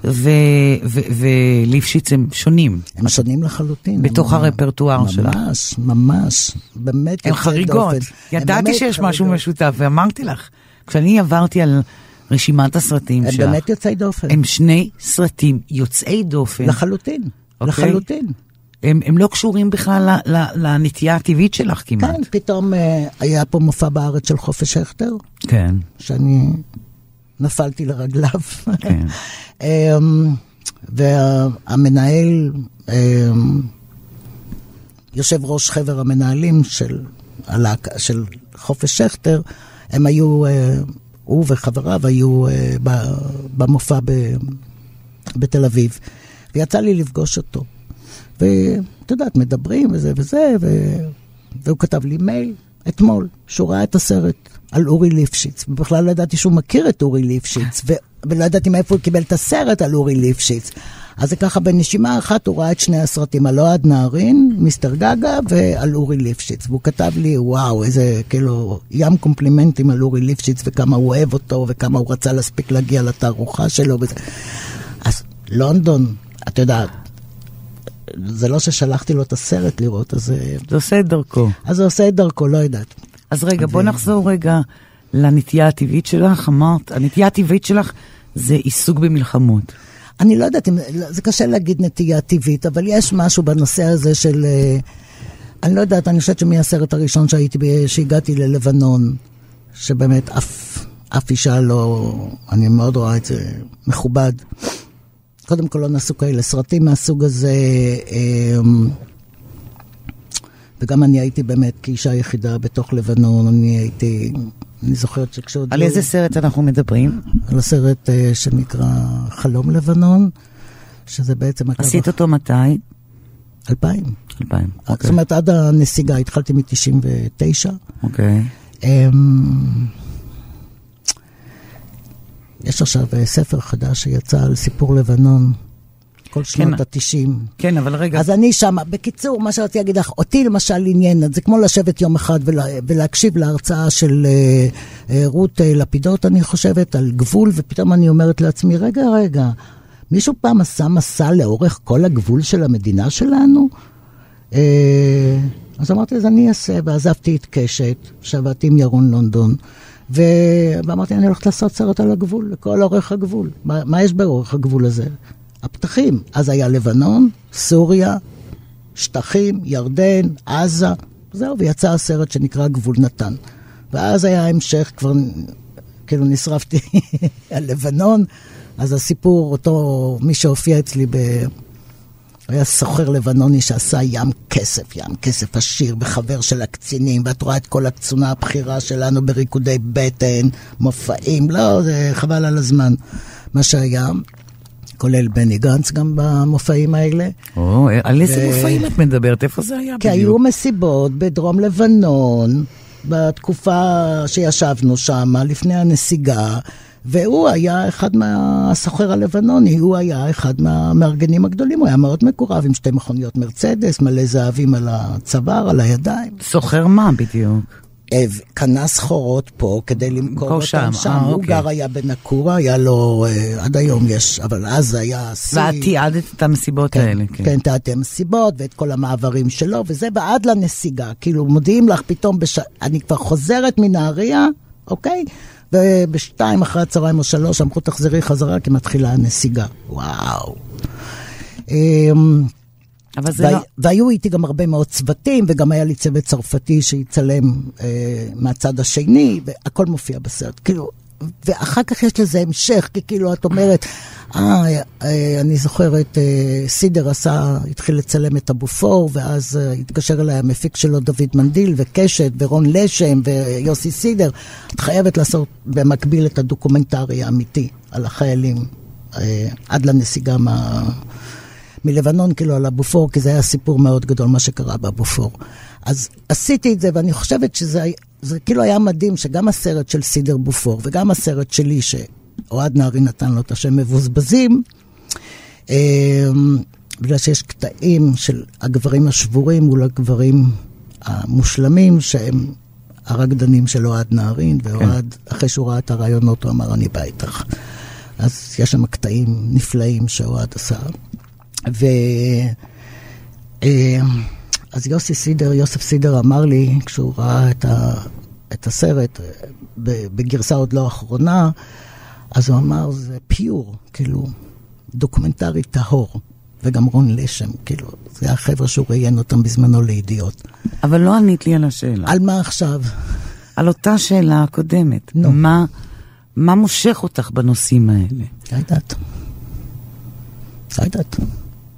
וליפשיץ הם שונים. הם שונים לחלוטין. בתוך הרפרטואר שלך. ממש. באמת הם חריגות. ידעתי שיש משהו משותף, ואמרתי לך, כשאני עברתי על רשימת הסרטים שלך. הם באמת יוצאי דופן. הם שני סרטים יוצאי דופן. לחלוטין. לחלוטין. הם לא קשורים בכלל לנטייה הטבעית שלך כמעט. כן, פתאום היה פה מופע בארץ של חופש הכטר. כן. שאני נפלתי לרגליו. כן. והמנהל יושב ראש חבר המנהלים של חופש שכטר, הם היו, הוא וחבריו היו במופע בתל אביב, ויצא לי לפגוש אותו. ואתה יודעת, מדברים וזה וזה, והוא כתב לי מייל אתמול, שהוא ראה את הסרט על אורי ליפשיץ, ובכלל לא ידעתי שהוא מכיר את אורי ליפשיץ, ולא ידעתי מאיפה הוא קיבל את הסרט על אורי ליפשיץ. אז זה ככה בנשימה אחת, הוא ראה את שני הסרטים, על אוהד נהרין, מיסטר גגה, ועל אורי ליפשיץ. והוא כתב לי, וואו, איזה כאילו ים קומפלימנטים על אורי ליפשיץ, וכמה הוא אוהב אותו, וכמה הוא רצה להספיק להגיע לתערוכה שלו. אז לונדון, אתה יודעת, זה לא ששלחתי לו את הסרט לראות, אז זה עושה את דרכו. אז זה עושה את דרכו, לא יודעת. אז רגע, בוא נחזור רגע לנטייה הטבעית שלך. אמרת, הנטייה הטבעית שלך זה עיסוק במלחמות. אני לא יודעת, זה קשה להגיד נטייה טבעית, אבל יש משהו בנושא הזה של, אני לא יודעת, אני חושבת שמהסרט הראשון שהגעתי ללבנון, שבאמת אף אישה לא, אני מאוד רואה את זה מכובד. קודם כל לא נעשו כאלה סרטים מהסוג הזה, וגם אני הייתי באמת כאישה יחידה בתוך לבנון, אני זוכרת שכשעוד... על איזה סרט אנחנו מדברים? על הסרט שנקרא חלום לבנון, שזה בעצם... עשית אותו מתי? 2000. 2000, אוקיי. זאת אומרת, עד הנסיגה, התחלתי מ-99. אוקיי. יש עכשיו ספר חדש שיצא על סיפור לבנון, כל שנות ה-90. כן, אבל רגע... אז אני שם, בקיצור, מה שרציתי להגיד לך, אותי למשל עניין, זה כמו לשבת יום אחד ולהקשיב להרצאה של רות לפידות, אני חושבת, על גבול, ופתאום אני אומרת לעצמי, רגע, מישהו פעם עשה מסע לאורך כל הגבול של המדינה שלנו? אז אמרתי, אז אני אעשה, ועזבתי את קשת, שבאתי עם ירון לונדון, ואמרתי, אני הולכת לעשות סרט על הגבול, לכל אורך הגבול. מה יש באורך הגבול הזה? הפתחים. אז היה לבנון, סוריה, שטחים, ירדן, עזה, זהו, ויצא הסרט שנקרא גבול נתן. ואז היה המשך, כבר כאילו נשרפתי על לבנון, אז הסיפור, אותו, מי שהופיע אצלי היה סוחר לבנוני שעשה ים כסף עשיר, בחבר של הקצינים, ואת רואה את כל הקצונה הבחירה שלנו בריקודי בטן, מופעים, לא, זה חבל על הזמן. מה שהיה, כולל בני גנץ גם במופעים האלה. על איזה מופעים את מדברת? איפה זה היה בדיוק? כי היו מסיבות בדרום לבנון, בתקופה שישבנו שם, לפני הנסיגה, והוא היה אחד מהסוחר הלבנוני, הוא היה אחד מהמארגנים הגדולים, הוא היה מאוד מקורב עם שתי מכוניות מרצדס, מלא זהבים על הצוואר, על הידיים. סוחר מה בדיוק? קנה סחורות פה כדי למכור אותם שם. הוא גר היה בנקורה, היה לו, עד היום יש, אבל אז היה... ואת תיעדת את המסיבות האלה. כן, תיעדתי המסיבות ואת כל המעברים שלו, וזה ועד לנסיגה. כאילו מודיעים לך פתאום, אני כבר חוזרת מנהריה, אוקיי? ובשתיים אחרי הצהריים או 3 אמרו תחזרי חזרה כי מתחילה הנסיגה. וואו. והיו איתי גם הרבה מאוד צוותים, וגם היה לי צוות צרפתי שיצלם מהצד השני, והכל מופיע בסרט. כאילו, ואחר כך יש לזה המשך, כי כאילו את אומרת, אני זוכרת, סידר התחיל לצלם את הבופור, ואז התקשר אליי המפיק שלו דוד מנדיל, וקשת, ורון לשם, ויוסי סידר. את חייבת לעשות במקביל את הדוקומנטרי האמיתי על החיילים, עד לנסיגה מלבנון, כאילו על הבופור, כי זה היה סיפור מאוד גדול מה שקרה בבופור. אז עשיתי את זה, ואני חושבת שזה כאילו היה מדהים, שגם הסרט של סידר בופור, וגם הסרט שלי, שאוהד נהרין נתן לו את השם מבוזבזים, בגלל שיש קטעים של הגברים השבורים מול הגברים המושלמים, שהם הרקדנים של אוהד נהרין, ואוהד, אחרי שהוא ראה את הרעיונות, הוא אמר, אני בא איתך. אז יש שם קטעים נפלאים שאוהד עשה. אז יוסף סידר אמר לי, כשהוא ראה את הסרט, בגרסה עוד לא האחרונה, אז הוא אמר, זה פיור, כאילו, דוקומנטרי טהור, וגם רון לשם, כאילו, זה החבר'ה שהוא ראיין אותם בזמנו לידיעות. אבל לא ענית לי על השאלה. על מה עכשיו? על אותה שאלה הקודמת. נו. מה מושך אותך בנושאים האלה? לא יודעת.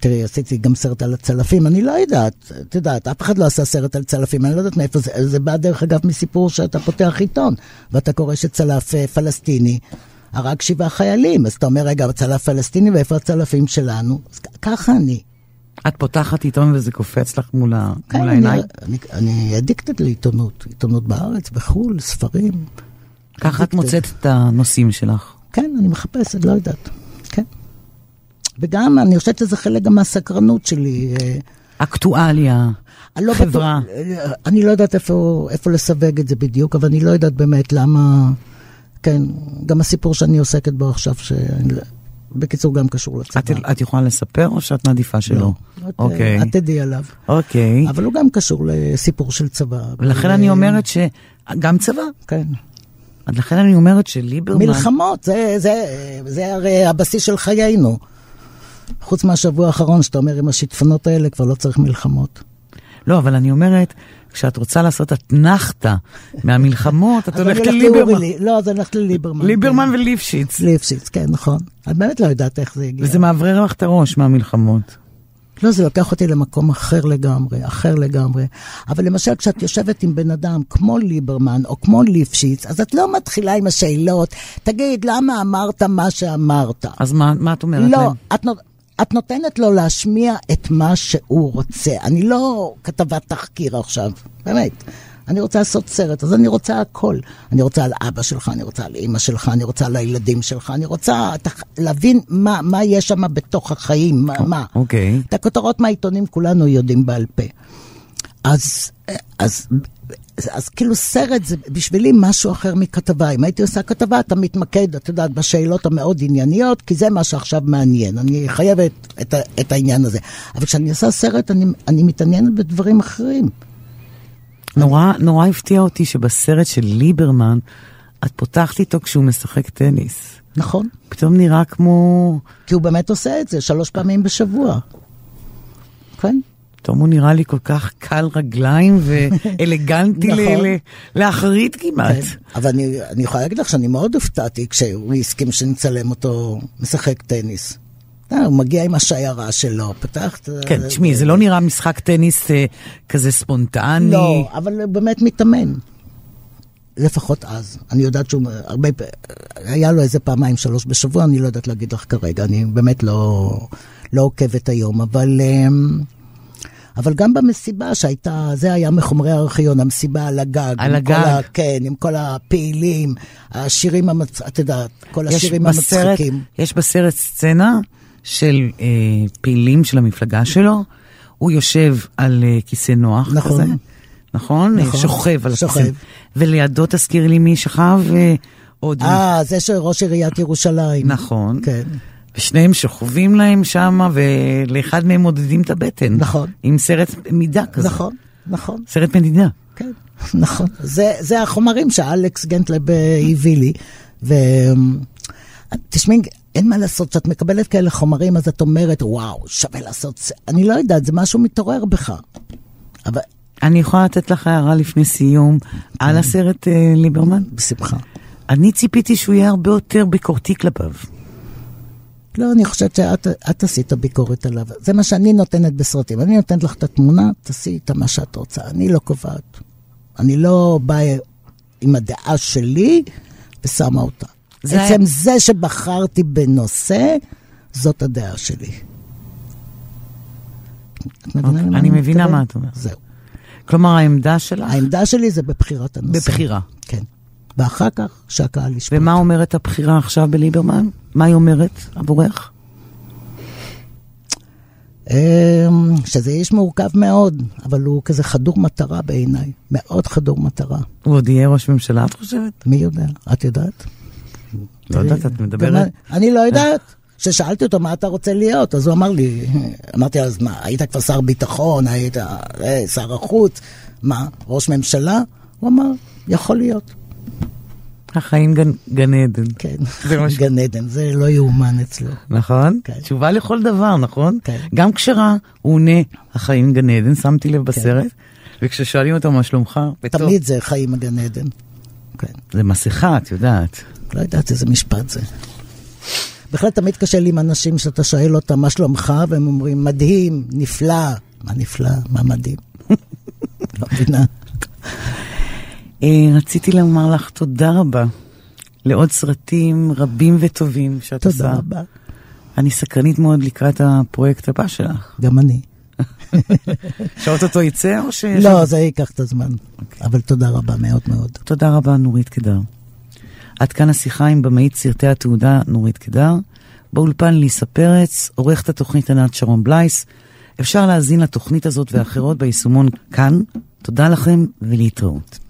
תראי, עשיתי גם סרט על הצלפים, אני לא יודעת, את יודעת, אף אחד לא עשה סרט על צלפים, אני לא יודעת מאיפה זה בא דרך אגב מסיפור שאתה פותח עיתון, ואתה קורא שצלף פלסטיני, הרג 7 חיילים, אז אתה אומר, רגע, צלף פלסטיני, ואיפה הצלפים שלנו? אז ככה אני. את פותחת עיתון וזה קופץ לך מול העיניים? אני אדיקטד לעיתונות, עיתונות בארץ, בחול, ספרים. ככה את מוצאת את הנושאים שלך? כן, אני מחפשת, לא יודעת. כן. וגם, אני חושבת שזה חלק גם מהסקרנות שלי. אקטואליה, חברה. אני לא יודעת איפה לסווג את זה בדיוק, אבל אני לא יודעת באמת למה, כן, גם הסיפור שאני עוסקת בו עכשיו, בקיצור גם קשור לצבא. את יכולה לספר או שאת מעדיפה שלא? אוקיי. את תדעי עליו. אוקיי. אבל הוא גם קשור לסיפור של צבא. ולכן אני אומרת שגם צבא. כן. לכן אני אומרת שליברמן... מלחמות, זה הרי הבסיס של חיינו. חוץ מהשבוע האחרון, שאתה אומר, עם השיטפונות האלה, כבר לא צריך מלחמות. לא, אבל אני אומרת, כשאת רוצה לעשות אתנחתה מהמלחמות, את הולכת לליברמן. לא, אז הולכת לליברמן. ליברמן וליפשיץ. ליפשיץ, כן, נכון. את באמת לא יודעת איך זה הגיע. וזה מעברר לך את הראש מהמלחמות. לא, זה לוקח אותי למקום אחר לגמרי. אבל למשל, כשאת יושבת עם בן אדם כמו ליברמן או כמו ליפשיץ, אז את לא מתחילה עם השאלות, תגיד, למה אמרת מה שאמרת? אז מה את אומרת לא, להם? את נותנת לו להשמיע את מה שהוא רוצה. אני לא כתבת תחקיר עכשיו, באמת. אני רוצה לעשות סרט, אז אני רוצה הכל. אני רוצה על אבא שלך, אני רוצה על אמא שלך, אני רוצה על הילדים שלך, אני רוצה להבין מה יש שם בתוך החיים, מה. אוקיי. את הכותרות מהעיתונים כולנו יודעים בעל פה. אז כאילו סרט זה בשבילי משהו אחר מכתבה. אם הייתי עושה כתבה, אתה מתמקד, אתה יודעת, בשאלות המאוד ענייניות, כי זה מה שעכשיו מעניין. אני חייבת את העניין הזה. אבל כשאני עושה סרט, אני מתעניינת בדברים אחרים. נורא הפתיע אותי שבסרט של ליברמן, את פותחת איתו כשהוא משחק טניס. נכון. פתאום נראה כמו... כי הוא באמת עושה את זה 3 פעמים בשבוע. כן? פתאום הוא נראה לי כל כך קל רגליים ואלגנטי לאחרית כמעט. אבל אני יכולה להגיד לך שאני מאוד הופתעתי כשהוא הסכים שנצלם אותו משחק טניס. הוא מגיע עם השיירה שלו, פתח... כן, תשמעי, זה לא נראה משחק טניס כזה ספונטני. לא, אבל הוא באמת מתאמן. לפחות אז. אני יודעת שהוא הרבה... היה לו איזה 2-3 בשבוע, אני לא יודעת להגיד לך כרגע, אני באמת לא עוקבת היום, אבל גם במסיבה שהייתה, זה היה מחומרי הארכיון, המסיבה על הגג. על הגג. כן, עם כל הפעילים, השירים, את יודעת, כל השירים המצחיקים. יש בסרט סצנה של פעילים של המפלגה שלו, הוא יושב על כיסא נוח נכון. כזה, נכון? שוכב על הכיסא. ולידו תזכיר לי מי שכב עוד... זה שראש עיריית ירושלים. נכון. כן. ושניהם שוכבים להם שם, ולאחד מהם מודדים את הבטן. נכון. עם סרט מידה כזה. נכון. סרט מדידה. כן, נכון. זה החומרים שאלכס גנטלב הביא לי, תשמעי, אין מה לעשות, שאת מקבלת כאלה חומרים, אז את אומרת, וואו, שווה לעשות, אני לא יודעת, זה משהו מתעורר בך. אבל... אני יכולה לתת לך הערה לפני סיום, על הסרט ליברמן? בשמחה. אני ציפיתי שהוא יהיה הרבה יותר ביקורתי כלפיו. לא, אני חושבת שאת עשית ביקורת עליו. זה מה שאני נותנת בסרטים. אני נותנת לך את התמונה, תעשי את מה שאת רוצה. אני לא קובעת. אני לא באה עם הדעה שלי ושמה אותה. בעצם זה שבחרתי בנושא, זאת הדעה שלי. אני מבינה מה את אומרת. זהו. כלומר, העמדה שלך? העמדה שלי זה בבחירת הנושא. בבחירה. כן. ואחר כך שהקהל ישפוט. ומה אומרת הבחירה עכשיו בליברמן? מה היא אומרת עבורך? שזה איש מורכב מאוד, אבל הוא כזה חדור מטרה בעיניי. מאוד חדור מטרה. הוא עוד יהיה ראש ממשלה, את חושבת? מי יודע? את יודעת? לא יודעת, את מדברת? אני לא יודעת. ששאלתי אותו מה אתה רוצה להיות, אז הוא אמר לי, אמרתי אז מה, היית כבר שר ביטחון, היית שר החוץ, מה, ראש ממשלה? הוא אמר, יכול להיות. החיים גן עדן. כן, גן עדן, זה לא יאומן אצלו. נכון? תשובה לכל דבר, נכון? גם כשרע, הוא עונה, החיים גן עדן, שמתי לב בסרט, וכששואלים אותו מה שלומך, תמיד זה חיים גן עדן. זה מסכה, את יודעת. לא יודעת איזה משפט זה. בכלל תמיד קשה לי עם אנשים שאתה שואל אותם מה שלומך, והם אומרים מדהים, נפלא. מה נפלא? מה מדהים? לא מבינה. רציתי לומר לך תודה רבה לעוד סרטים רבים וטובים שאת עושה. תודה רבה. אני סקרנית מאוד לקראת הפרויקט הבא שלך. גם אני. שעות אותו יצא או ש... לא, זה ייקח את הזמן. אבל תודה רבה מאוד מאוד. תודה רבה נורית קדר. עד כאן השיחה עם במאית סרטי התעודה נורית קדר. באולפן ליסה פרץ, עורכת התוכנית ענת שרון בלייס. אפשר להזין לתוכנית הזאת ואחרות ביישומון כאן. תודה לכם ולהתראות.